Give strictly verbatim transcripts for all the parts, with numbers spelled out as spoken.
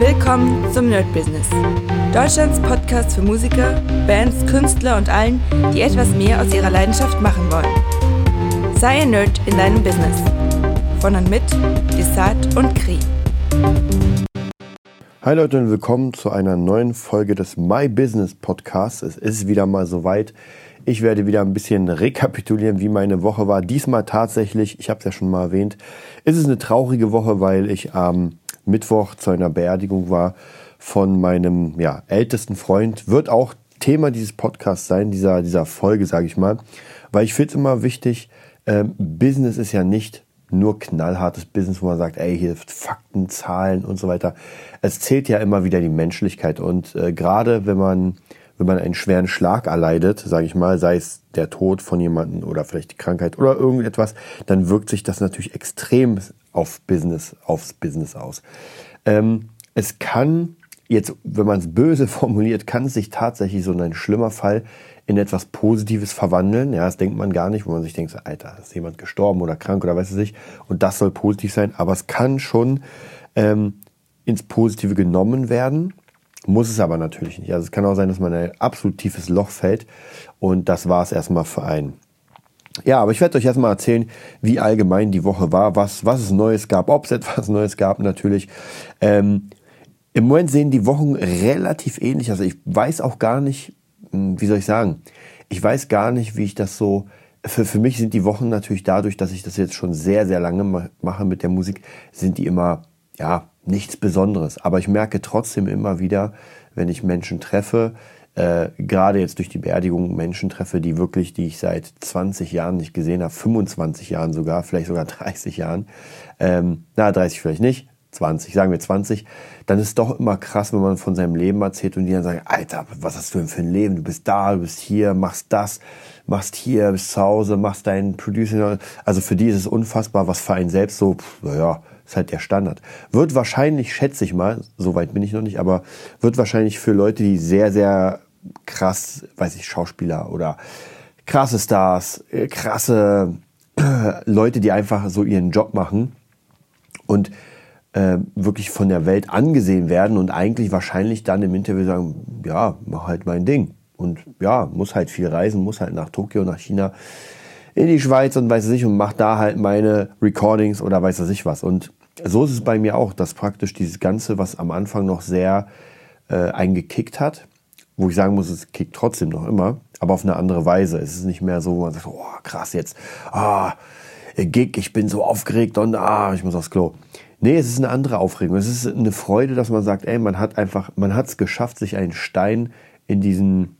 Willkommen zum Nerd Business. Deutschlands Podcast für Musiker, Bands, Künstler und allen, die etwas mehr aus ihrer Leidenschaft machen wollen. Sei ein Nerd in deinem Business. Von und mit Desart und Kri. Hi Leute und willkommen zu einer neuen Folge des My Business Podcasts. Es ist wieder mal soweit. Ich werde wieder ein bisschen rekapitulieren, wie meine Woche war. Diesmal tatsächlich, ich habe es ja schon mal erwähnt, ist es eine traurige Woche, weil ich am Mittwoch zu einer Beerdigung war von meinem ja, ältesten Freund. Wird auch Thema dieses Podcasts sein, dieser, dieser Folge, sage ich mal. Weil ich finde es immer wichtig, ähm, Business ist ja nicht nur knallhartes Business, wo man sagt, ey, hier Fakten, Zahlen und so weiter. Es zählt ja immer wieder die Menschlichkeit. Und äh, gerade wenn man, wenn man einen schweren Schlag erleidet, sage ich mal, sei es der Tod von jemandem oder vielleicht die Krankheit oder irgendetwas, dann wirkt sich das natürlich extrem auf Business, aufs Business aus. Ähm, es kann jetzt, wenn man es böse formuliert, kann es sich tatsächlich so ein schlimmer Fall in etwas Positives verwandeln. Ja, das denkt man gar nicht, wo man sich denkt, so, Alter, ist jemand gestorben oder krank oder weiß ich nicht. Und das soll positiv sein. Aber es kann schon ähm, ins Positive genommen werden. Muss es aber natürlich nicht. Also es kann auch sein, dass man in ein absolut tiefes Loch fällt. Und das war es erstmal für einen. Ja, aber ich werde euch erstmal erzählen, wie allgemein die Woche war, was, was es Neues gab, ob es etwas Neues gab natürlich. Ähm, Im Moment sehen die Wochen relativ ähnlich. Also ich weiß auch gar nicht, wie soll ich sagen, ich weiß gar nicht, wie ich das so, für, für mich sind die Wochen natürlich dadurch, dass ich das jetzt schon sehr, sehr lange mache mit der Musik, sind die immer, ja, nichts Besonderes. Aber ich merke trotzdem immer wieder, wenn ich Menschen treffe, äh, gerade jetzt durch die Beerdigung Menschen treffe, die wirklich, die ich seit zwanzig Jahren nicht gesehen habe, fünfundzwanzig Jahren sogar, vielleicht sogar dreißig Jahren, ähm, na, dreißig vielleicht nicht, zwanzig, sagen wir zwanzig, dann ist es doch immer krass, wenn man von seinem Leben erzählt und die dann sagen, Alter, was hast du denn für ein Leben? Du bist da, du bist hier, machst das, machst hier, bist zu Hause, machst dein Producing. Also für die ist es unfassbar, was für einen selbst so, pff, naja, ist halt der Standard. Wird wahrscheinlich, schätze ich mal, so weit bin ich noch nicht, aber wird wahrscheinlich für Leute, die sehr, sehr krass, weiß ich, Schauspieler oder krasse Stars, krasse Leute, die einfach so ihren Job machen und äh, wirklich von der Welt angesehen werden und eigentlich wahrscheinlich dann im Interview sagen, ja, mach halt mein Ding. Und ja, muss halt viel reisen, muss halt nach Tokio, nach China, in die Schweiz und weiß ich und mach da halt meine Recordings oder weiß ich was. Und so ist es bei mir auch, dass praktisch dieses Ganze, was am Anfang noch sehr äh, eingekickt hat, wo ich sagen muss, es kickt trotzdem noch immer, aber auf eine andere Weise. Es ist nicht mehr so, wo man sagt, oh krass jetzt, ah, Gig, ich bin so aufgeregt und ah, ich muss aufs Klo. Nee, es ist eine andere Aufregung. Es ist eine Freude, dass man sagt, ey, man hat einfach, man hat es geschafft, sich einen Stein in diesen,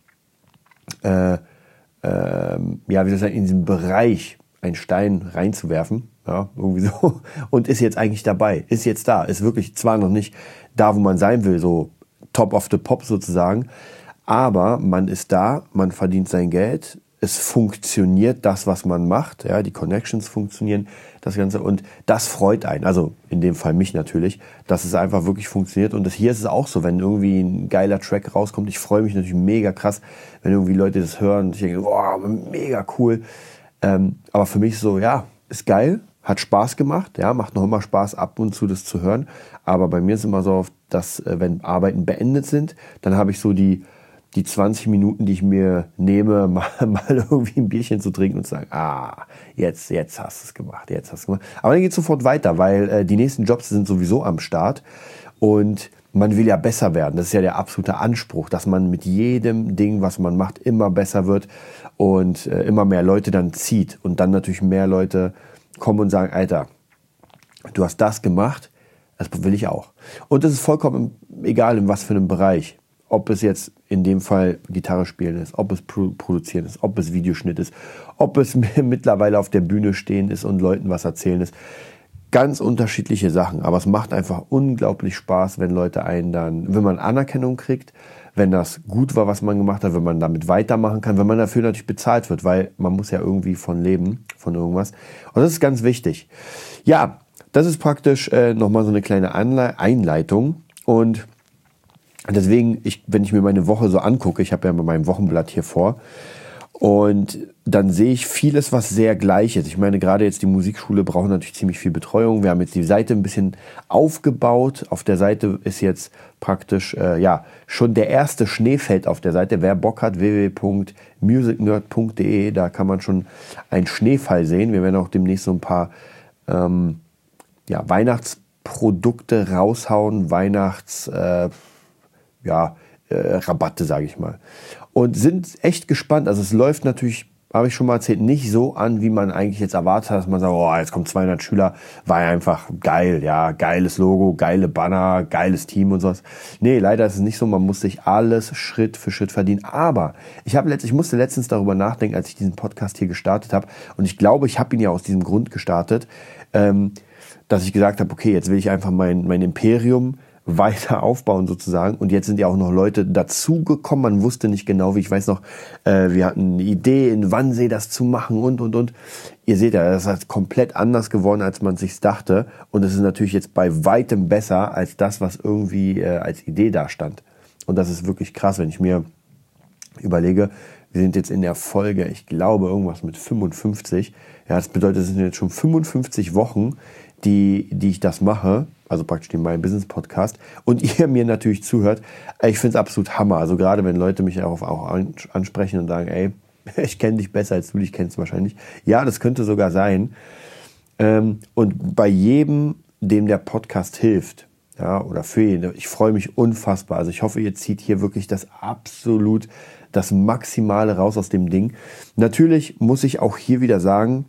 äh, äh, ja, wie soll ich sagen, in diesen Bereich einen Stein reinzuwerfen. Ja, irgendwie so. Und ist jetzt eigentlich dabei, ist jetzt da, ist wirklich zwar noch nicht da, wo man sein will, so top of the pop sozusagen, aber man ist da, man verdient sein Geld, es funktioniert das, was man macht, ja, die Connections funktionieren, das Ganze und das freut einen, also in dem Fall mich natürlich, dass es einfach wirklich funktioniert und das, hier ist es auch so, wenn irgendwie ein geiler Track rauskommt, ich freue mich natürlich mega krass, wenn irgendwie Leute das hören und ich denke, boah, mega cool, ähm, aber für mich so, ja, ist geil, hat Spaß gemacht, ja, macht noch immer Spaß, ab und zu das zu hören. Aber bei mir ist immer so, dass wenn Arbeiten beendet sind, dann habe ich so die, die zwanzig Minuten, die ich mir nehme, mal, mal irgendwie ein Bierchen zu trinken und zu sagen, ah, jetzt, jetzt hast du es gemacht, jetzt hast du es gemacht. Aber dann geht es sofort weiter, weil äh, die nächsten Jobs sind sowieso am Start und man will ja besser werden. Das ist ja der absolute Anspruch, dass man mit jedem Ding, was man macht, immer besser wird und äh, immer mehr Leute dann zieht und dann natürlich mehr Leute kommen und sagen, Alter, du hast das gemacht, das will ich auch. Und das ist vollkommen egal, in was für einem Bereich. Ob es jetzt in dem Fall Gitarre spielen ist, ob es produzieren ist, ob es Videoschnitt ist, ob es mittlerweile auf der Bühne stehen ist und Leuten was erzählen ist. Ganz unterschiedliche Sachen, aber es macht einfach unglaublich Spaß, wenn Leute einen dann, wenn man Anerkennung kriegt, wenn das gut war, was man gemacht hat, wenn man damit weitermachen kann, wenn man dafür natürlich bezahlt wird, weil man muss ja irgendwie von leben, von irgendwas. Und das ist ganz wichtig. Ja, das ist praktisch äh, nochmal so eine kleine Anle- Einleitung. Und deswegen, ich, wenn ich mir meine Woche so angucke, ich habe ja mein Wochenblatt hier vor, Und dann sehe ich vieles, was sehr gleich ist. Ich meine, gerade jetzt die Musikschule braucht natürlich ziemlich viel Betreuung. Wir haben jetzt die Seite ein bisschen aufgebaut. Auf der Seite ist jetzt praktisch, äh, ja, schon der erste Schnee fällt auf der Seite. Wer Bock hat, w w w punkt music nerd punkt d e, da kann man schon einen Schneefall sehen. Wir werden auch demnächst so ein paar ähm, ja, Weihnachtsprodukte raushauen, Weihnachts, äh, ja, äh, Rabatte, sage ich mal. Und sind echt gespannt. Also es läuft natürlich, habe ich schon mal erzählt, nicht so an, wie man eigentlich jetzt erwartet hat, dass man sagt, oh, jetzt kommen zweihundert Schüler, war ja einfach geil, ja, geiles Logo, geile Banner, geiles Team und sowas. Nee, leider ist es nicht so, man muss sich alles Schritt für Schritt verdienen. Aber ich habe letzt, ich musste letztens darüber nachdenken, als ich diesen Podcast hier gestartet habe. Und ich glaube, ich habe ihn ja aus diesem Grund gestartet, ähm, dass ich gesagt habe, okay, jetzt will ich einfach mein, mein Imperium weiter aufbauen sozusagen. Und jetzt sind ja auch noch Leute dazugekommen. Man wusste nicht genau, wie ich weiß noch, äh, wir hatten eine Idee, in Wannsee das zu machen und, und, und. Ihr seht ja, das ist komplett anders geworden, als man sich dachte. Und es ist natürlich jetzt bei weitem besser als das, was irgendwie äh, als Idee da stand. Und das ist wirklich krass, wenn ich mir überlege, wir sind jetzt in der Folge, ich glaube, irgendwas mit fünfundfünfzig. Ja, das bedeutet, es sind jetzt schon fünfundfünfzig Wochen, die, die ich das mache. Also praktisch den My Business Podcast. Und ihr mir natürlich zuhört. Ich finde es absolut Hammer. Also gerade wenn Leute mich darauf auch ansprechen und sagen, ey, ich kenne dich besser als du dich kennst wahrscheinlich. Ja, das könnte sogar sein. Und bei jedem, dem der Podcast hilft, ja, oder für jeden, ich freue mich unfassbar. Also ich hoffe, ihr zieht hier wirklich das absolut, das Maximale raus aus dem Ding. Natürlich muss ich auch hier wieder sagen,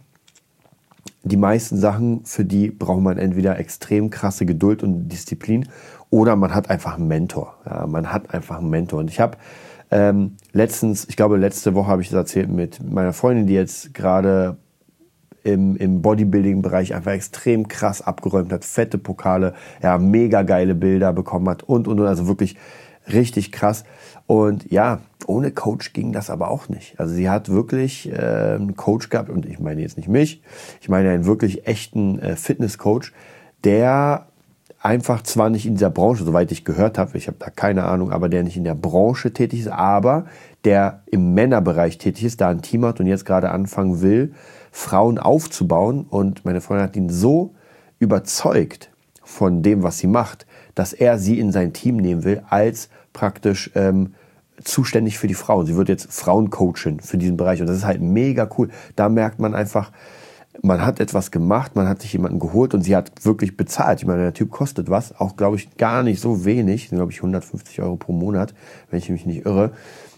die meisten Sachen, für die braucht man entweder extrem krasse Geduld und Disziplin oder man hat einfach einen Mentor. Ja, man hat einfach einen Mentor. Und ich habe ähm, letztens, ich glaube letzte Woche habe ich das erzählt mit meiner Freundin, die jetzt gerade im, im Bodybuilding-Bereich einfach extrem krass abgeräumt hat, fette Pokale, ja, mega geile Bilder bekommen hat und, und, und, also wirklich richtig krass. Und ja, ohne Coach ging das aber auch nicht. Also sie hat wirklich äh, einen Coach gehabt, und ich meine jetzt nicht mich, ich meine einen wirklich echten äh, Fitnesscoach, der einfach zwar nicht in dieser Branche, soweit ich gehört habe, ich habe da keine Ahnung, aber der nicht in der Branche tätig ist, aber der im Männerbereich tätig ist, da ein Team hat und jetzt gerade anfangen will, Frauen aufzubauen. Und meine Freundin hat ihn so überzeugt von dem, was sie macht, dass er sie in sein Team nehmen will, als praktisch ähm, zuständig für die Frauen. Sie wird jetzt Frauen coachen für diesen Bereich und das ist halt mega cool. Da merkt man einfach, man hat etwas gemacht, man hat sich jemanden geholt und sie hat wirklich bezahlt. Ich meine, der Typ kostet was, auch glaube ich gar nicht so wenig, glaube ich hundertfünfzig Euro pro Monat, wenn ich mich nicht irre.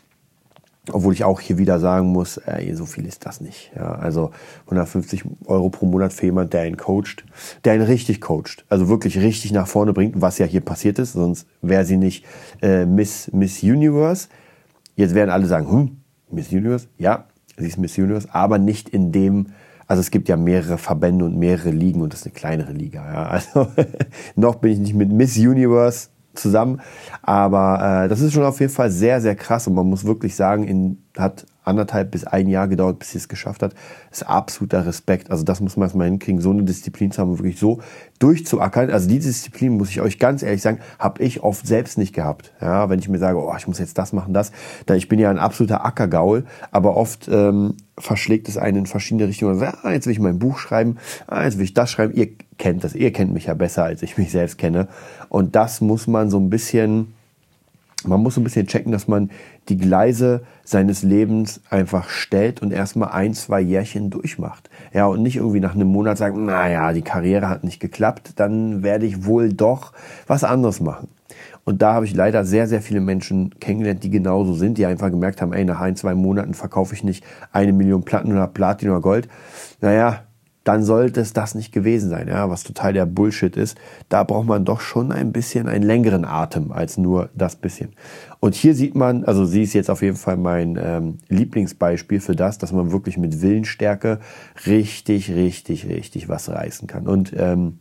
Obwohl ich auch hier wieder sagen muss, ey, so viel ist das nicht. Ja, also hundertfünfzig Euro pro Monat für jemand, der einen coacht, der einen richtig coacht, also wirklich richtig nach vorne bringt, was ja hier passiert ist, sonst wäre sie nicht äh, Miss, Miss Universe. Jetzt werden alle sagen, hm, Miss Universe? Ja, sie ist Miss Universe, aber nicht in dem, also es gibt ja mehrere Verbände und mehrere Ligen und das ist eine kleinere Liga. Ja, also noch bin ich nicht mit Miss Universe zusammen, aber äh, das ist schon auf jeden Fall sehr, sehr krass und man muss wirklich sagen, in, hat anderthalb bis ein Jahr gedauert, bis sie es geschafft hat. Das ist absoluter Respekt, also das muss man erstmal hinkriegen, so eine Disziplin zu haben, wirklich so durchzuackern. Also die Disziplin, muss ich euch ganz ehrlich sagen, habe ich oft selbst nicht gehabt. Ja, wenn ich mir sage, oh, ich muss jetzt das machen, das, da ich bin ja ein absoluter Ackergaul, aber oft ähm, verschlägt es einen in verschiedene Richtungen. Ah, jetzt will ich mein Buch schreiben, ah, jetzt will ich das schreiben. Ihr kennt das, ihr kennt mich ja besser, als ich mich selbst kenne. Und das muss man so ein bisschen, man muss so ein bisschen checken, dass man die Gleise seines Lebens einfach stellt und erstmal ein, zwei Jährchen durchmacht. Ja, und nicht irgendwie nach einem Monat sagen, naja, die Karriere hat nicht geklappt, dann werde ich wohl doch was anderes machen. Und da habe ich leider sehr, sehr viele Menschen kennengelernt, die genauso sind, die einfach gemerkt haben, ey, nach ein, zwei Monaten verkaufe ich nicht eine Million Platten oder Platin oder Gold. Naja, dann sollte es das nicht gewesen sein, ja, was total der Bullshit ist. Da braucht man doch schon ein bisschen einen längeren Atem als nur das bisschen. Und hier sieht man, also sie ist jetzt auf jeden Fall mein ähm, Lieblingsbeispiel für das, dass man wirklich mit Willensstärke richtig, richtig, richtig was reißen kann. Und ähm,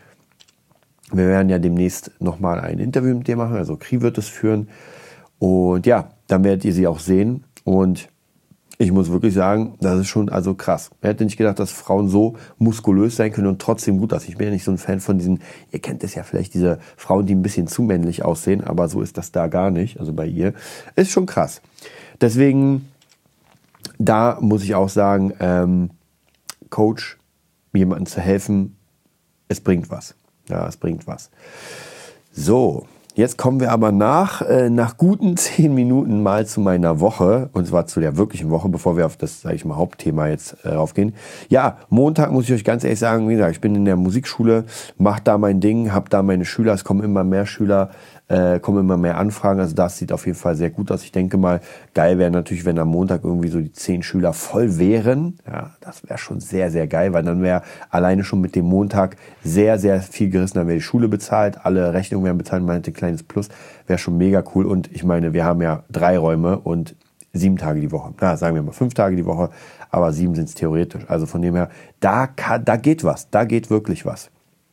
wir werden ja demnächst nochmal ein Interview mit dir machen, also Kri wird es führen. Und ja, dann werdet ihr sie auch sehen. Und ich muss wirklich sagen, das ist schon also krass. Ich hätte nicht gedacht, dass Frauen so muskulös sein können und trotzdem gut aussehen. Ich bin ja nicht so ein Fan von diesen, ihr kennt es ja vielleicht, diese Frauen, die ein bisschen zu männlich aussehen, aber so ist das da gar nicht, also bei ihr. Ist schon krass. Deswegen da muss ich auch sagen, ähm, Coach, jemandem zu helfen, es bringt was. Ja, es bringt was. So, jetzt kommen wir aber nach, äh, nach guten zehn Minuten mal zu meiner Woche, und zwar zu der wirklichen Woche, bevor wir auf das, sage ich mal, Hauptthema jetzt äh, raufgehen. Ja, Montag muss ich euch ganz ehrlich sagen, wie gesagt, ich bin in der Musikschule, mache da mein Ding, habe da meine Schüler, es kommen immer mehr Schüler, äh, kommen immer mehr Anfragen, also das sieht auf jeden Fall sehr gut aus. Ich denke mal, geil wäre natürlich, wenn am Montag irgendwie so die zehn Schüler voll wären. Ja, das wäre schon sehr, sehr geil, weil dann wäre alleine schon mit dem Montag sehr, sehr viel gerissen, dann wäre die Schule bezahlt, alle Rechnungen wären bezahlt, man hätte ein kleines Plus, wäre schon mega cool. Und ich meine, wir haben ja drei Räume und sieben Tage die Woche. Na, sagen wir mal fünf Tage die Woche, aber sieben sind es theoretisch. Also von dem her, da, kann, da geht was, da geht wirklich was.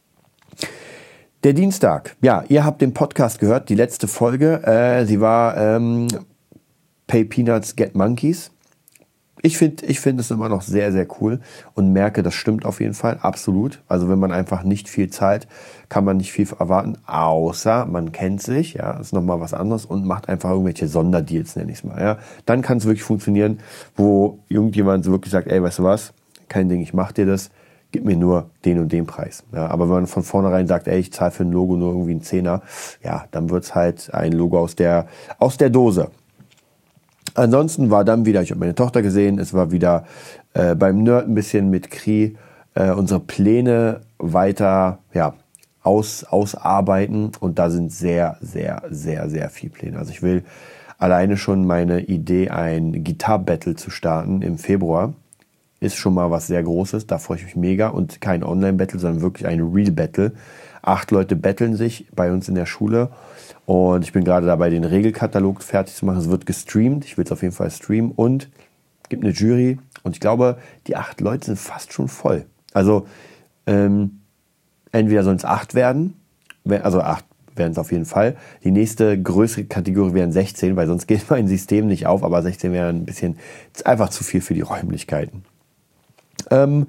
Der Dienstag, ja, ihr habt den Podcast gehört, die letzte Folge, äh, sie war ähm, Pay Peanuts, Get Monkeys. Ich finde ich finde es immer noch sehr, sehr cool und merke, das stimmt auf jeden Fall, absolut. Also wenn man einfach nicht viel zahlt, kann man nicht viel erwarten, außer man kennt sich, ja, ist nochmal was anderes und macht einfach irgendwelche Sonderdeals, nenne ich es mal. Ja. Dann kann es wirklich funktionieren, wo irgendjemand so wirklich sagt, ey, weißt du was, kein Ding, ich mach dir das, gib mir nur den und den Preis. Ja, aber wenn man von vornherein sagt, ey, ich zahle für ein Logo nur irgendwie einen Zehner, ja, dann wird's halt ein Logo aus der, aus der Dose. Ansonsten war dann wieder, ich habe meine Tochter gesehen, es war wieder äh, beim Nerd ein bisschen mit Kri äh, unsere Pläne weiter, ja, aus, ausarbeiten und da sind sehr, sehr, sehr, sehr viele Pläne. Also ich will alleine schon meine Idee, ein Gitarre-Battle zu starten im Februar. Ist schon mal was sehr Großes, da freue ich mich mega und kein Online-Battle, sondern wirklich ein Real-Battle. Acht Leute betteln sich bei uns in der Schule und ich bin gerade dabei, den Regelkatalog fertig zu machen. Es wird gestreamt, ich will es auf jeden Fall streamen und gibt eine Jury und ich glaube, die acht Leute sind fast schon voll. Also ähm, entweder sollen es acht werden, also acht werden es auf jeden Fall. Die nächste größere Kategorie wären sechzehn, weil sonst geht mein System nicht auf, aber sechzehn wäre ein bisschen, ist einfach zu viel für die Räumlichkeiten. Ähm,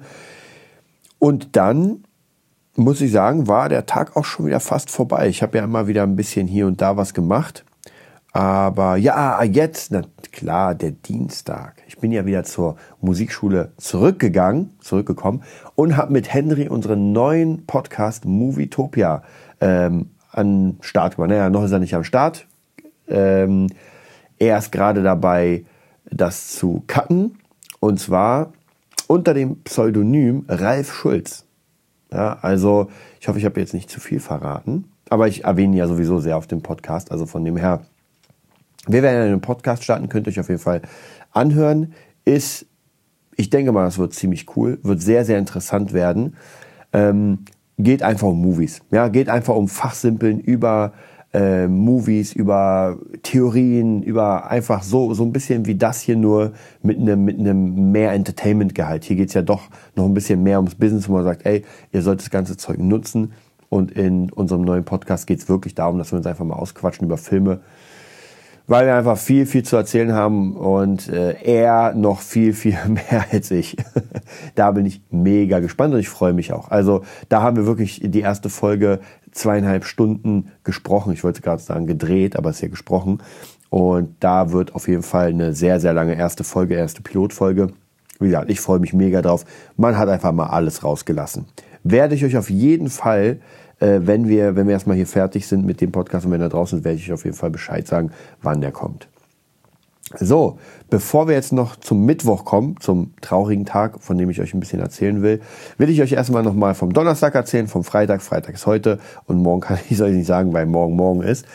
und dann, muss ich sagen, war der Tag auch schon wieder fast vorbei. Ich habe ja immer wieder ein bisschen hier und da was gemacht. Aber ja, jetzt, na klar, der Dienstag. Ich bin ja wieder zur Musikschule zurückgegangen, zurückgekommen und habe mit Henry unseren neuen Podcast Movietopia ähm, an den Start gemacht. Naja, noch ist er nicht am Start. Ähm, er ist gerade dabei, das zu cutten. Und zwar unter dem Pseudonym Ralf Schulz. Ja, also ich hoffe, ich habe jetzt nicht zu viel verraten, aber ich erwähne ihn ja sowieso sehr auf dem Podcast, also von dem her, wir werden einen Podcast starten, könnt ihr euch auf jeden Fall anhören, ist, ich denke mal, das wird ziemlich cool, wird sehr, sehr interessant werden, ähm, geht einfach um Movies, ja, geht einfach um Fachsimpeln über Äh, Movies, über Theorien, über einfach so so ein bisschen wie das hier, nur mit einem mit einem mehr Entertainment-Gehalt. Hier geht's ja doch noch ein bisschen mehr ums Business, wo man sagt, ey, ihr sollt das ganze Zeug nutzen. Und in unserem neuen Podcast geht's wirklich darum, dass wir uns einfach mal ausquatschen über Filme, weil wir einfach viel, viel zu erzählen haben und äh, er noch viel, viel mehr als ich. Da bin ich mega gespannt und ich freue mich auch. Also da haben wir wirklich die erste Folge zweieinhalb Stunden gesprochen. Ich wollte gerade sagen gedreht, aber es ist ja gesprochen. Und da wird auf jeden Fall eine sehr, sehr lange erste Folge, erste Pilotfolge. Wie gesagt, ich freue mich mega drauf. Man hat einfach mal alles rausgelassen. Werde ich euch auf jeden Fall, äh, wenn wir wenn wir erstmal hier fertig sind mit dem Podcast und wenn er draußen ist, werde ich euch auf jeden Fall Bescheid sagen, wann der kommt. So, bevor wir jetzt noch zum Mittwoch kommen, zum traurigen Tag, von dem ich euch ein bisschen erzählen will, will ich euch erstmal nochmal vom Donnerstag erzählen, vom Freitag. Freitag ist heute und morgen kann ich es euch nicht sagen, weil morgen morgen ist.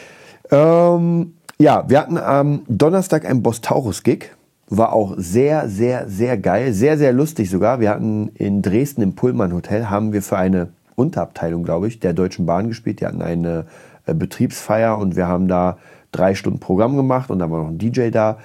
Ähm, ja, wir hatten am Donnerstag einen Bostaurus-Gig. War auch sehr, sehr, sehr geil. Sehr, sehr lustig sogar. Wir hatten in Dresden im Pullman Hotel, haben wir für eine Unterabteilung, glaube ich, der Deutschen Bahn gespielt. Die hatten eine äh, Betriebsfeier und wir haben da drei Stunden Programm gemacht und da war noch ein D J da.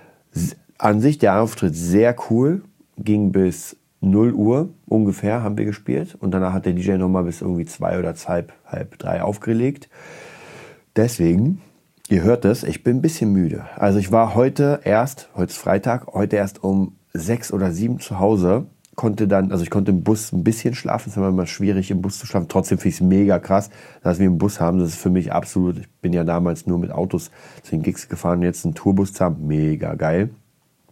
An sich der Auftritt sehr cool. Ging bis null Uhr ungefähr haben wir gespielt. Und danach hat der D J nochmal bis irgendwie zwei oder halb, halb drei aufgelegt. Deswegen... Ihr hört es, ich bin ein bisschen müde. Also ich war heute erst, heute ist Freitag, heute erst um sechs oder sieben zu Hause. Konnte dann, also ich konnte im Bus ein bisschen schlafen. Es ist immer schwierig, im Bus zu schlafen. Trotzdem finde ich es mega krass, dass wir einen Bus haben. Das ist für mich absolut, ich bin ja damals nur mit Autos zu den Gigs gefahren. Jetzt einen Tourbus zu haben, mega geil.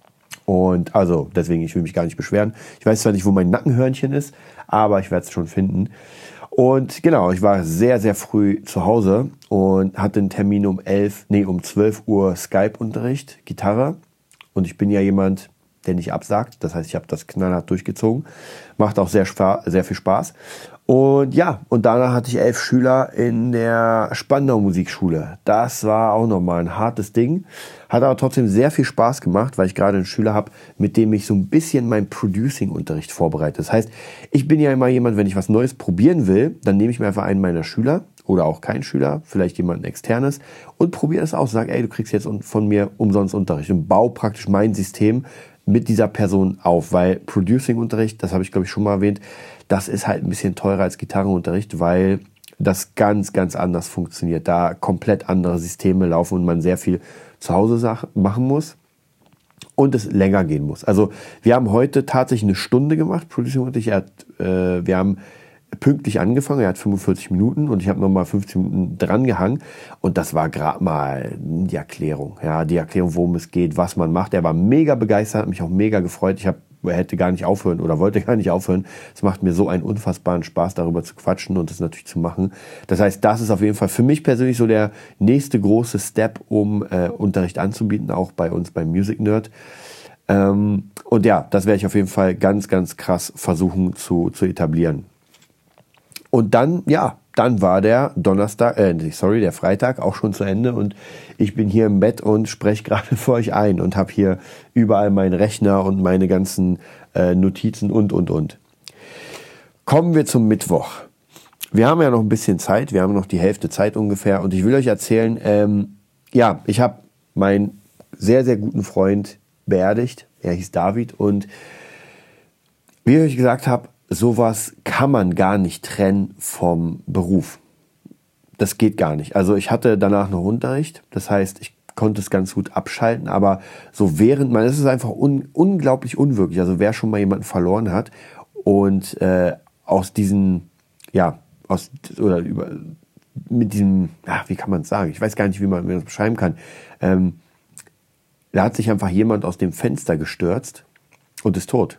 Und also deswegen, ich will mich gar nicht beschweren. Ich weiß zwar nicht, wo mein Nackenhörnchen ist, aber ich werde es schon finden. Und genau, ich war sehr, sehr früh zu Hause und hatte einen Termin um elf, nee, um zwölf Uhr Skype-Unterricht, Gitarre. Und ich bin ja jemand, der nicht absagt. Das heißt, ich habe das knallhart durchgezogen. Macht auch sehr, sehr viel Spaß. Und ja, und danach hatte ich elf Schüler in der Spandau Musikschule. Das war auch nochmal ein hartes Ding. Hat aber trotzdem sehr viel Spaß gemacht, weil ich gerade einen Schüler habe, mit dem ich so ein bisschen meinen Producing-Unterricht vorbereite. Das heißt, ich bin ja immer jemand, wenn ich was Neues probieren will, dann nehme ich mir einfach einen meiner Schüler oder auch keinen Schüler, vielleicht jemanden externes und probiere es aus. Sag, ey, du kriegst jetzt von mir umsonst Unterricht und baue praktisch mein System mit dieser Person auf, weil Producing-Unterricht, das habe ich glaube ich schon mal erwähnt, das ist halt ein bisschen teurer als Gitarrenunterricht, weil das ganz, ganz anders funktioniert. Da komplett andere Systeme laufen und man sehr viel zu Hause machen muss und es länger gehen muss. Also wir haben heute tatsächlich eine Stunde gemacht, Producing-Unterricht. Er hat, äh, wir haben pünktlich angefangen, er hat fünfundvierzig Minuten und ich habe nochmal fünfzehn Minuten dran gehangen und das war gerade mal die Erklärung, ja, die Erklärung, worum es geht, was man macht. Er war mega begeistert, hat mich auch mega gefreut. Ich habe hätte gar nicht aufhören oder wollte gar nicht aufhören. Es macht mir so einen unfassbaren Spaß, darüber zu quatschen und das natürlich zu machen. Das heißt, das ist auf jeden Fall für mich persönlich so der nächste große Step, um äh, Unterricht anzubieten, auch bei uns beim Music Nerd. Ähm, und ja, das werde ich auf jeden Fall ganz, ganz krass versuchen zu, zu etablieren. Und dann, ja, dann war der Donnerstag, äh, sorry, der Freitag auch schon zu Ende und ich bin hier im Bett und spreche gerade für euch ein und habe hier überall meinen Rechner und meine ganzen äh, Notizen und, und, und. Kommen wir zum Mittwoch. Wir haben ja noch ein bisschen Zeit, wir haben noch die Hälfte Zeit ungefähr und ich will euch erzählen, ähm, ja, ich habe meinen sehr, sehr guten Freund beerdigt, er hieß David und wie ich euch gesagt habe, sowas kann man gar nicht trennen vom Beruf. Das geht gar nicht. Also ich hatte danach noch Unterricht, das heißt, ich konnte es ganz gut abschalten, aber so während man, es ist einfach un, unglaublich unwirklich. Also wer schon mal jemanden verloren hat und äh, aus diesen, ja, aus oder über mit diesem, ja, wie kann man es sagen? Ich weiß gar nicht, wie man mir das beschreiben kann. Ähm, da hat sich einfach jemand aus dem Fenster gestürzt und ist tot.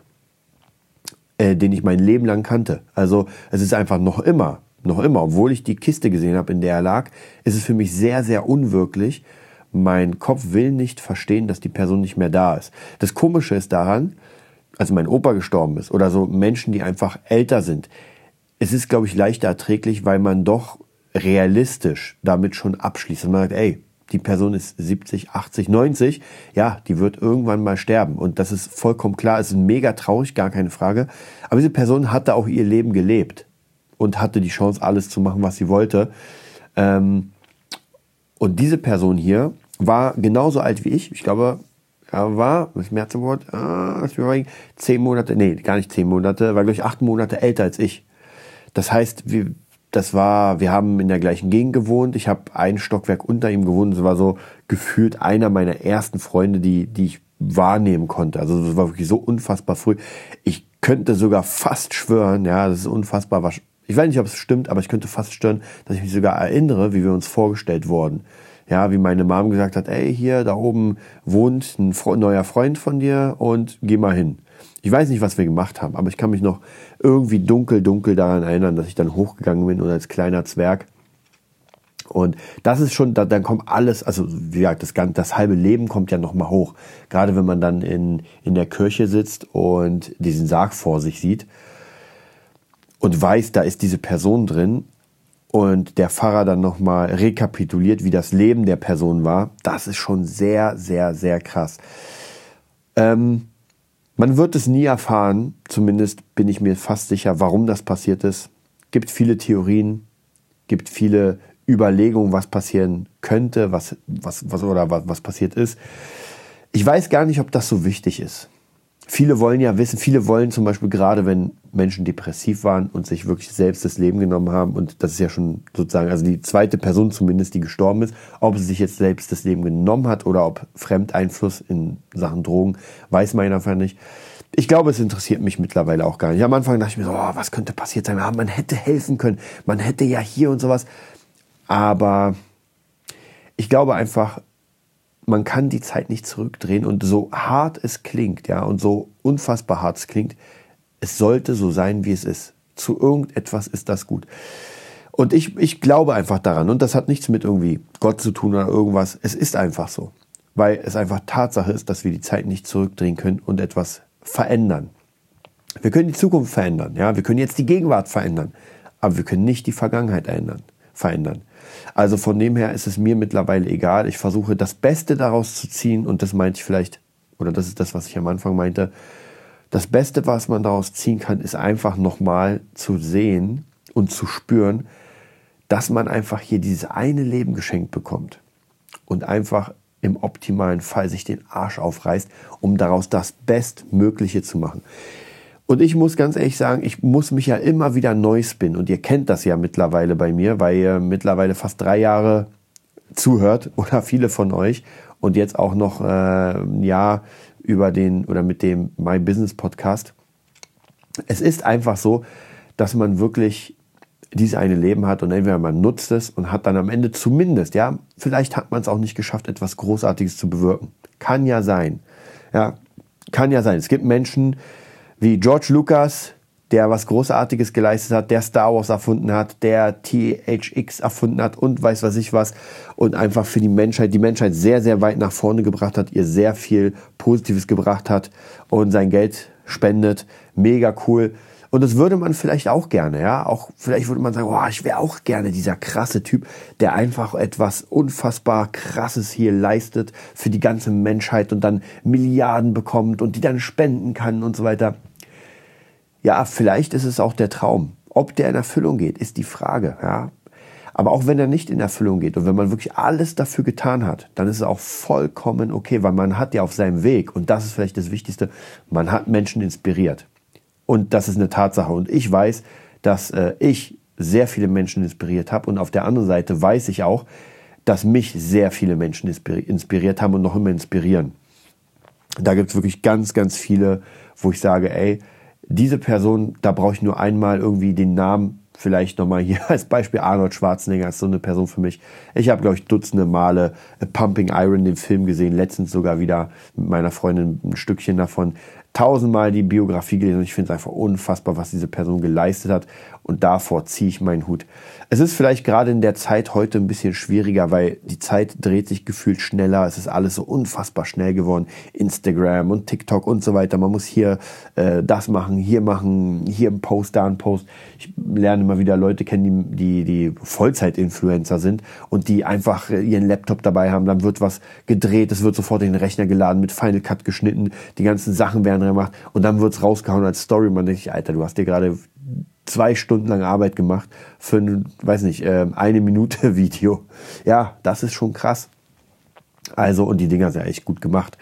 Äh, den ich mein Leben lang kannte. Also es ist einfach noch immer, noch immer, obwohl ich die Kiste gesehen habe, in der er lag, ist es für mich sehr, sehr unwirklich. Mein Kopf will nicht verstehen, dass die Person nicht mehr da ist. Das Komische ist daran, als mein Opa gestorben ist oder so Menschen, die einfach älter sind, es ist, glaube ich, leichter erträglich, weil man doch realistisch damit schon abschließt. Und man sagt, ey, die Person ist siebzig, achtzig, neunzig, ja, die wird irgendwann mal sterben. Und das ist vollkommen klar, es ist mega traurig, gar keine Frage. Aber diese Person hatte auch ihr Leben gelebt und hatte die Chance, alles zu machen, was sie wollte. Ähm, und diese Person hier war genauso alt wie ich. Ich glaube, er war, was ist März im Wort? Ah, lass mich mal überlegen, zehn Monate, nee, gar nicht zehn Monate, war, glaube ich, acht Monate älter als ich. Das heißt, wir, das war, wir haben in der gleichen Gegend gewohnt. Ich habe ein Stockwerk unter ihm gewohnt. Das war so gefühlt einer meiner ersten Freunde, die, die ich wahrnehmen konnte. Also das war wirklich so unfassbar früh. Ich könnte sogar fast schwören, ja, das ist unfassbar. Ich weiß nicht, ob es stimmt, aber ich könnte fast schwören, dass ich mich sogar erinnere, wie wir uns vorgestellt wurden. Ja, wie meine Mom gesagt hat, ey, hier, da oben wohnt ein neuer Freund von dir und geh mal hin. Ich weiß nicht, was wir gemacht haben, aber ich kann mich noch irgendwie dunkel, dunkel daran erinnern, dass ich dann hochgegangen bin oder als kleiner Zwerg. Und das ist schon, dann kommt alles, also wie gesagt, das, das halbe Leben kommt ja nochmal hoch. Gerade wenn man dann in, in der Kirche sitzt und diesen Sarg vor sich sieht und weiß, da ist diese Person drin und der Pfarrer dann nochmal rekapituliert, wie das Leben der Person war. Das ist schon sehr, sehr, sehr krass. Ähm, Man wird es nie erfahren, zumindest bin ich mir fast sicher, warum das passiert ist. Gibt viele Theorien, gibt viele Überlegungen, was passieren könnte, was, was, was oder was, was passiert ist. Ich weiß gar nicht, ob das so wichtig ist. Viele wollen ja wissen, viele wollen zum Beispiel gerade, wenn Menschen depressiv waren und sich wirklich selbst das Leben genommen haben, und das ist ja schon sozusagen, also die zweite Person zumindest, die gestorben ist, ob sie sich jetzt selbst das Leben genommen hat oder ob Fremdeinfluss in Sachen Drogen, weiß man einfach nicht. Ich glaube, es interessiert mich mittlerweile auch gar nicht. Am Anfang dachte ich mir so, oh, was könnte passiert sein? Ah, man hätte helfen können, man hätte ja hier und sowas. Aber ich glaube einfach, man kann die Zeit nicht zurückdrehen und so hart es klingt, ja, und so unfassbar hart es klingt, es sollte so sein, wie es ist. Zu irgendetwas ist das gut. Und ich, ich glaube einfach daran und das hat nichts mit irgendwie Gott zu tun oder irgendwas. Es ist einfach so, weil es einfach Tatsache ist, dass wir die Zeit nicht zurückdrehen können und etwas verändern. Wir können die Zukunft verändern, ja, wir können jetzt die Gegenwart verändern, aber wir können nicht die Vergangenheit ändern, verändern. Also von dem her ist es mir mittlerweile egal. Ich versuche das Beste daraus zu ziehen und das meinte ich vielleicht, oder das ist das, was ich am Anfang meinte. Das Beste, was man daraus ziehen kann, ist einfach nochmal zu sehen und zu spüren, dass man einfach hier dieses eine Leben geschenkt bekommt und einfach im optimalen Fall sich den Arsch aufreißt, um daraus das Bestmögliche zu machen. Und ich muss ganz ehrlich sagen, ich muss mich ja immer wieder neu spinnen. Und ihr kennt das ja mittlerweile bei mir, weil ihr mittlerweile fast drei Jahre zuhört oder viele von euch und jetzt auch noch äh, ein Jahr über den oder mit dem My Business Podcast. Es ist einfach so, dass man wirklich dieses eine Leben hat und entweder man nutzt es und hat dann am Ende zumindest, ja, vielleicht hat man es auch nicht geschafft, etwas Großartiges zu bewirken. Kann ja sein. Ja, kann ja sein. Es gibt Menschen wie George Lucas, der was Großartiges geleistet hat, der Star Wars erfunden hat, der T H X erfunden hat und weiß was ich was und einfach für die Menschheit, die Menschheit sehr, sehr weit nach vorne gebracht hat, ihr sehr viel Positives gebracht hat und sein Geld spendet. Mega cool. Und das würde man vielleicht auch gerne, ja, auch vielleicht würde man sagen, oh, ich wäre auch gerne dieser krasse Typ, der einfach etwas unfassbar Krasses hier leistet für die ganze Menschheit und dann Milliarden bekommt und die dann spenden kann und so weiter. Ja, vielleicht ist es auch der Traum. Ob der in Erfüllung geht, ist die Frage, ja. Aber auch wenn er nicht in Erfüllung geht und wenn man wirklich alles dafür getan hat, dann ist es auch vollkommen okay, weil man hat ja auf seinem Weg, und das ist vielleicht das Wichtigste, man hat Menschen inspiriert. Und das ist eine Tatsache. Und ich weiß, dass äh, ich sehr viele Menschen inspiriert habe. Und auf der anderen Seite weiß ich auch, dass mich sehr viele Menschen inspiriert haben und noch immer inspirieren. Da gibt es wirklich ganz, ganz viele, wo ich sage, ey, diese Person, da brauche ich nur einmal irgendwie den Namen, vielleicht nochmal hier als Beispiel Arnold Schwarzenegger ist so eine Person für mich. Ich habe, glaube ich, dutzende Male Pumping Iron, den Film gesehen, letztens sogar wieder mit meiner Freundin ein Stückchen davon. Tausendmal die Biografie gelesen und ich finde es einfach unfassbar, was diese Person geleistet hat und davor ziehe ich meinen Hut. Es ist vielleicht gerade in der Zeit heute ein bisschen schwieriger, weil die Zeit dreht sich gefühlt schneller, es ist alles so unfassbar schnell geworden, Instagram und TikTok und so weiter, man muss hier äh, das machen, hier machen, hier ein Post, da ein Post. Ich lerne immer wieder Leute kennen, die, die, die Vollzeit-Influencer sind und die einfach ihren Laptop dabei haben, dann wird was gedreht, es wird sofort in den Rechner geladen, mit Final Cut geschnitten, die ganzen Sachen werden gemacht und dann wird's rausgehauen als Story. Man denkt sich, Alter, du hast dir gerade zwei Stunden lang Arbeit gemacht für ein, weiß nicht, eine Minute Video. Ja, das ist schon krass. Also, und die Dinger sind echt gut gemacht.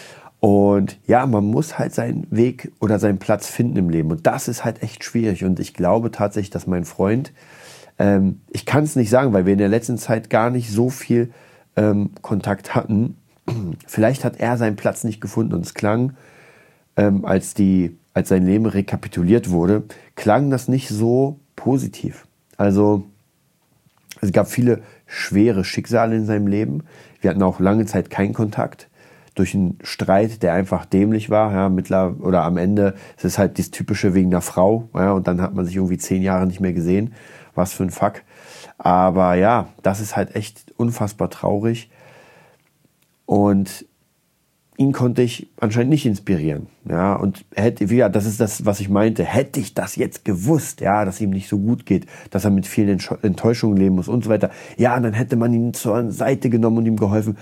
Und ja, man muss halt seinen Weg oder seinen Platz finden im Leben. Und das ist halt echt schwierig. Und ich glaube tatsächlich, dass mein Freund, ähm, ich kann es nicht sagen, weil wir in der letzten Zeit gar nicht so viel ähm, Kontakt hatten. Vielleicht hat er seinen Platz nicht gefunden und es klang, Ähm, als, die, als sein Leben rekapituliert wurde, klang das nicht so positiv. Also es gab viele schwere Schicksale in seinem Leben. Wir hatten auch lange Zeit keinen Kontakt. Durch einen Streit, der einfach dämlich war, ja, mittler, oder am Ende ist es halt das Typische wegen einer Frau, ja, und dann hat man sich irgendwie zehn Jahre nicht mehr gesehen. Was für ein Fuck. Aber ja, das ist halt echt unfassbar traurig. Und ihn konnte ich anscheinend nicht inspirieren, ja, und hätte, ja, das ist das, was ich meinte, hätte ich das jetzt gewusst, ja, dass ihm nicht so gut geht, dass er mit vielen Enttäuschungen leben muss und so weiter, ja, dann hätte man ihn zur Seite genommen und ihm geholfen,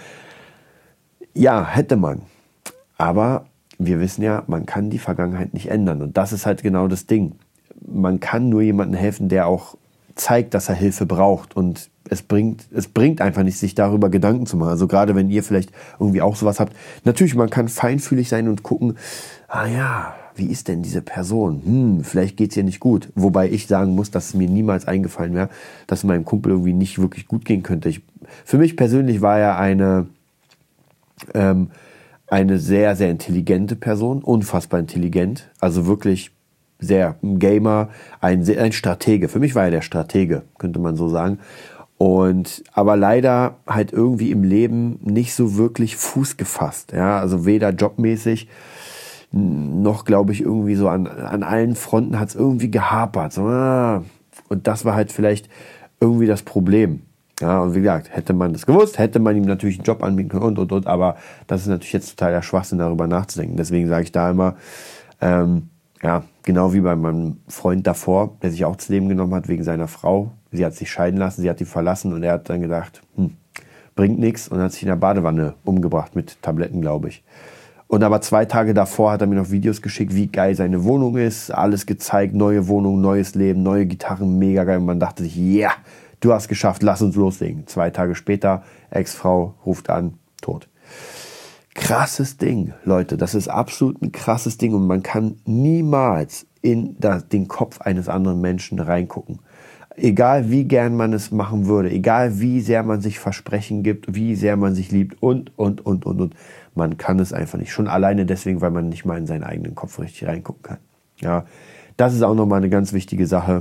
ja, hätte man, aber wir wissen ja, man kann die Vergangenheit nicht ändern und das ist halt genau das Ding, man kann nur jemandem helfen, der auch zeigt, dass er Hilfe braucht und es bringt, es bringt einfach nicht, sich darüber Gedanken zu machen. Also gerade wenn ihr vielleicht irgendwie auch sowas habt. Natürlich, man kann feinfühlig sein und gucken, ah ja, wie ist denn diese Person? Hm, vielleicht geht's ihr nicht gut. Wobei ich sagen muss, dass es mir niemals eingefallen wäre, dass es meinem Kumpel irgendwie nicht wirklich gut gehen könnte. Ich, für mich persönlich war er eine, ähm, eine sehr, sehr intelligente Person, unfassbar intelligent, also wirklich sehr ein Gamer, ein, ein Stratege. Für mich war er der Stratege, könnte man so sagen. Und aber leider halt irgendwie im Leben nicht so wirklich Fuß gefasst. Ja, also weder jobmäßig noch, glaube ich, irgendwie so an, an allen Fronten hat es irgendwie gehapert. So, ah. Und das war halt vielleicht irgendwie das Problem. Ja, und wie gesagt, hätte man das gewusst, hätte man ihm natürlich einen Job anbieten können und, und, und. Aber das ist natürlich jetzt total der Schwachsinn, darüber nachzudenken. Deswegen sage ich da immer, ähm, ja, genau wie bei meinem Freund davor, der sich auch zu Leben genommen hat wegen seiner Frau. Sie hat sich scheiden lassen, sie hat ihn verlassen und er hat dann gedacht, hm, bringt nichts und hat sich in der Badewanne umgebracht mit Tabletten, glaube ich. Und aber zwei Tage davor hat er mir noch Videos geschickt, wie geil seine Wohnung ist, alles gezeigt, neue Wohnung, neues Leben, neue Gitarren, mega geil. Und man dachte sich, ja, yeah, du hast geschafft, lass uns loslegen. Zwei Tage später, Ex-Frau ruft an, tot. Krasses Ding, Leute, das ist absolut ein krasses Ding und man kann niemals in das, den Kopf eines anderen Menschen reingucken. Egal wie gern man es machen würde, egal wie sehr man sich Versprechen gibt, wie sehr man sich liebt und, und, und, und, und. Man kann es einfach nicht. Schon alleine deswegen, weil man nicht mal in seinen eigenen Kopf richtig reingucken kann. Ja, das ist auch nochmal eine ganz wichtige Sache.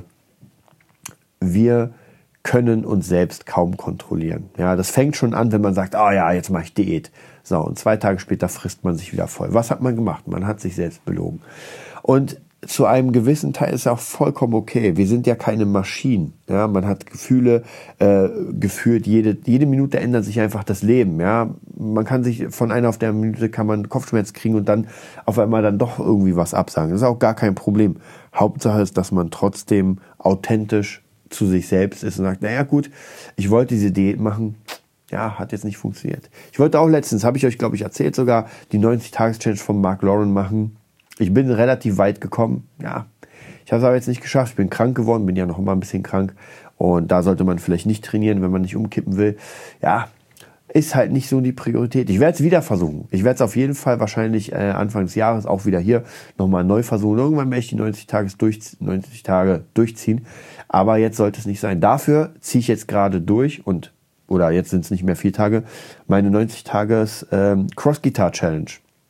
Wir können uns selbst kaum kontrollieren. Ja, das fängt schon an, wenn man sagt, oh ja, jetzt mache ich Diät. So, und zwei Tage später frisst man sich wieder voll. Was hat man gemacht? Man hat sich selbst belogen. Und zu einem gewissen Teil ist auch vollkommen okay. Wir sind ja keine Maschinen. Ja, man hat Gefühle äh, gefühlt. Jede, jede Minute ändert sich einfach das Leben. Ja, man kann sich von einer auf der Minute kann man Kopfschmerz kriegen und dann auf einmal dann doch irgendwie was absagen. Das ist auch gar kein Problem. Hauptsache ist, dass man trotzdem authentisch zu sich selbst ist und sagt, naja gut, ich wollte diese Diät machen. Ja, hat jetzt nicht funktioniert. Ich wollte auch letztens, habe ich euch, glaube ich, erzählt sogar, die neunzig-Tages-Challenge von Mark Lauren machen. Ich bin relativ weit gekommen. Ja, ich habe es aber jetzt nicht geschafft. Ich bin krank geworden, bin ja noch immer ein bisschen krank. Und da sollte man vielleicht nicht trainieren, wenn man nicht umkippen will. Ja, ist halt nicht so die Priorität. Ich werde es wieder versuchen. Ich werde es auf jeden Fall wahrscheinlich äh, Anfang des Jahres auch wieder hier nochmal neu versuchen. Irgendwann werde ich die neunzig Tage, durch, neunzig Tage durchziehen. Aber jetzt sollte es nicht sein. Dafür ziehe ich jetzt gerade durch und oder jetzt sind es nicht mehr vier Tage, meine neunzig Tages ähm, Cross-Guitar-Challenge.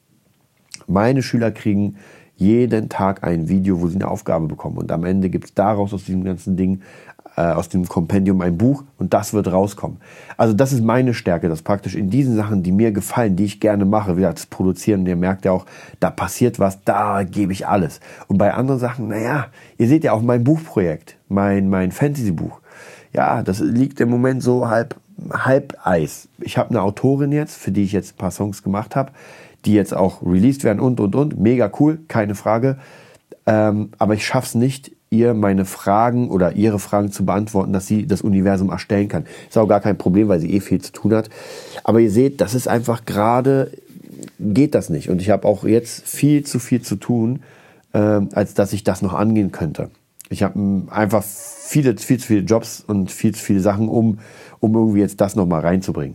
Meine Schüler kriegen jeden Tag ein Video, wo sie eine Aufgabe bekommen. Und am Ende gibt es daraus aus diesem ganzen Ding, äh, aus dem Kompendium ein Buch und das wird rauskommen. Also das ist meine Stärke, dass praktisch in diesen Sachen, die mir gefallen, die ich gerne mache, wie das Produzieren, ihr merkt ja auch, da passiert was, da gebe ich alles. Und bei anderen Sachen, naja, ihr seht ja auch mein Buchprojekt, mein, mein Fantasy-Buch. Ja, das liegt im Moment so halb, halb Eis. Ich habe eine Autorin jetzt, für die ich jetzt ein paar Songs gemacht habe, die jetzt auch released werden und, und, und. Mega cool, keine Frage. Ähm, aber ich schaffe es nicht, ihr meine Fragen oder ihre Fragen zu beantworten, dass sie das Universum erstellen kann. Ist auch gar kein Problem, weil sie eh viel zu tun hat. Aber ihr seht, das ist einfach gerade, geht das nicht. Und ich habe auch jetzt viel zu viel zu tun, äh, als dass ich das noch angehen könnte. Ich habe einfach viele, viel zu viele Jobs und viel zu viele Sachen, um, um irgendwie jetzt das nochmal reinzubringen.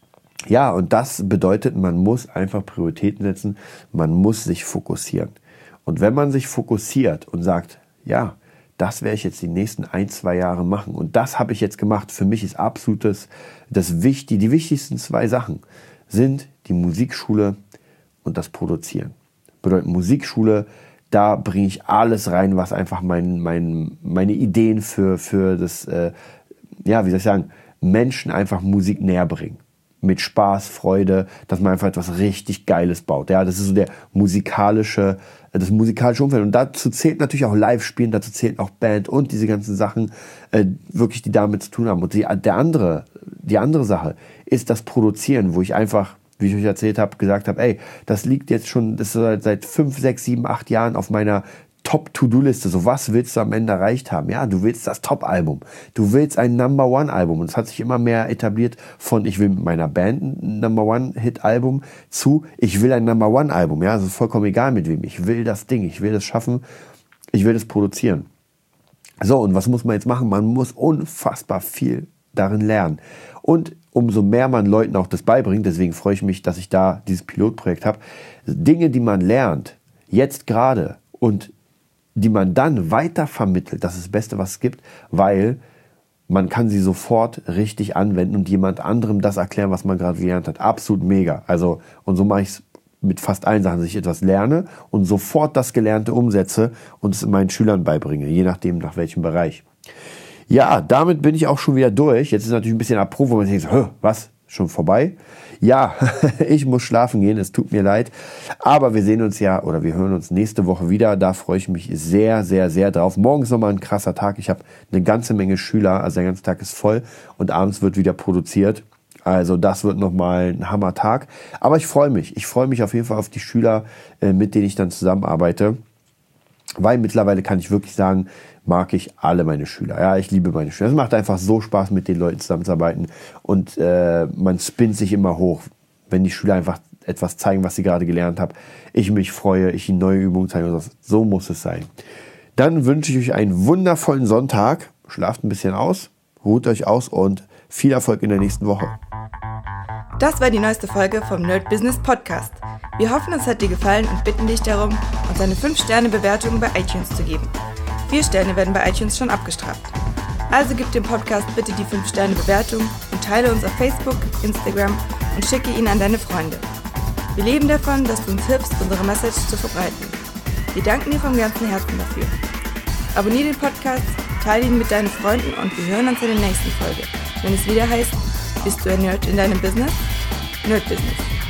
Ja, und das bedeutet, man muss einfach Prioritäten setzen, man muss sich fokussieren. Und wenn man sich fokussiert und sagt, ja, das werde ich jetzt die nächsten ein, zwei Jahre machen und das habe ich jetzt gemacht, für mich ist absolutes, das wichtig, die wichtigsten zwei Sachen sind die Musikschule und das Produzieren. Bedeutet Musikschule, da bringe ich alles rein, was einfach mein, mein, meine Ideen für, für das, äh, ja, wie soll ich sagen, Menschen einfach Musik näher bringen. Mit Spaß, Freude, dass man einfach etwas richtig Geiles baut. Ja, das ist so der musikalische, das musikalische Umfeld. Und dazu zählt natürlich auch Live-Spielen, dazu zählt auch Band und diese ganzen Sachen, äh, wirklich, die damit zu tun haben. Und die, der andere, die andere Sache ist das Produzieren, wo ich einfach, wie ich euch erzählt habe, gesagt habe, ey, das liegt jetzt schon, das ist seit fünf, sechs, sieben, acht Jahren auf meiner Top-To-Do-Liste. So, was willst du am Ende erreicht haben? Ja, du willst das Top-Album. Du willst ein Number-One-Album. Und es hat sich immer mehr etabliert von, ich will mit meiner Band ein Number-One-Hit-Album zu, ich will ein Number-One-Album. Ja, es ist vollkommen egal mit wem. Ich will das Ding. Ich will das schaffen. Ich will das produzieren. So, und was muss man jetzt machen? Man muss unfassbar viel darin lernen. Und umso mehr man Leuten auch das beibringt, deswegen freue ich mich, dass ich da dieses Pilotprojekt habe, Dinge, die man lernt, jetzt gerade und die man dann weiter vermittelt, das ist das Beste, was es gibt, weil man kann sie sofort richtig anwenden und jemand anderem das erklären, was man gerade gelernt hat. Absolut mega. Also, und so mache ich es mit fast allen Sachen, dass ich etwas lerne und sofort das Gelernte umsetze und es meinen Schülern beibringe, je nachdem, nach welchem Bereich. Ja, damit bin ich auch schon wieder durch. Jetzt ist natürlich ein bisschen Abruf, wo man sich denkt, was, schon vorbei? Ja, ich muss schlafen gehen, es tut mir leid. Aber wir sehen uns ja, oder wir hören uns nächste Woche wieder. Da freue ich mich sehr, sehr, sehr drauf. Morgen ist nochmal ein krasser Tag. Ich habe eine ganze Menge Schüler, also der ganze Tag ist voll und abends wird wieder produziert. Also das wird nochmal ein Hammertag. Aber ich freue mich. Ich freue mich auf jeden Fall auf die Schüler, mit denen ich dann zusammenarbeite. Weil mittlerweile kann ich wirklich sagen, mag ich alle meine Schüler. Ja, ich liebe meine Schüler. Es macht einfach so Spaß, mit den Leuten zusammenzuarbeiten. Und äh, man spinnt sich immer hoch, wenn die Schüler einfach etwas zeigen, was sie gerade gelernt haben. Ich mich freue, ich ihnen neue Übungen zeige. So muss es sein. Dann wünsche ich euch einen wundervollen Sonntag. Schlaft ein bisschen aus, ruht euch aus und viel Erfolg in der nächsten Woche. Das war die neueste Folge vom Nerd Business Podcast. Wir hoffen, es hat dir gefallen und bitten dich darum, uns eine fünf Sterne Bewertung bei iTunes zu geben. vier Sterne werden bei iTunes schon abgestraft. Also gib dem Podcast bitte die fünf Sterne Bewertung und teile uns auf Facebook, Instagram und schicke ihn an deine Freunde. Wir leben davon, dass du uns hilfst, unsere Message zu verbreiten. Wir danken dir vom ganzen Herzen dafür. Abonniere den Podcast, teile ihn mit deinen Freunden und wir hören uns in der nächsten Folge, wenn es wieder heißt, bist du ein Nerd in deinem Business? Nerd Business.